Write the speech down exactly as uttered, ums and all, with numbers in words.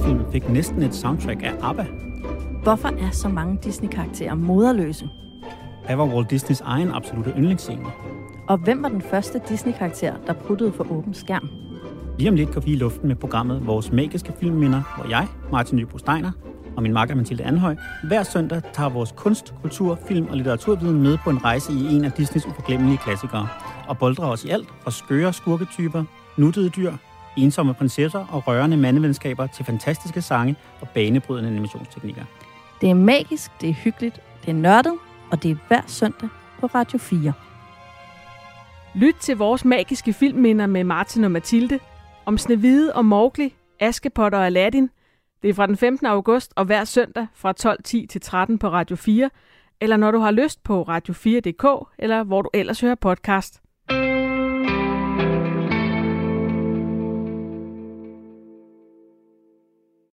Disney-film fik næsten et soundtrack af ABBA? Hvorfor er så mange Disney-karakterer moderløse? Hvad var Walt Disneys egen absolutte yndlingsscene? Og hvem var den første Disney-karakter, der pruttede for åben skærm? Lige om lidt går vi i luften med programmet Vores Magiske Filmminder, hvor jeg, Martin Nybro Steiner, og min makker Mathilde Anhøj, hver søndag tager vores kunst, kultur, film og litteraturviden med på en rejse i en af Disneys uforglemmelige klassikere, og boldrer os i alt fra skøre skurketyper, nuttede dyr, ensomme prinsesser og rørende mandevenskaber til fantastiske sange og banebrydende animationsteknikker. Det er magisk, det er hyggeligt, det er nørdet, og det er hver søndag på Radio fire. Lyt til Vores Magiske Filmminder med Martin og Mathilde om Snehvide og Mowgli, Askepot og Aladdin. Det er fra den femtende august og hver søndag fra tolv ti til tretten på Radio fire, eller når du har lyst på radio fire punktum d k, eller hvor du ellers hører podcast.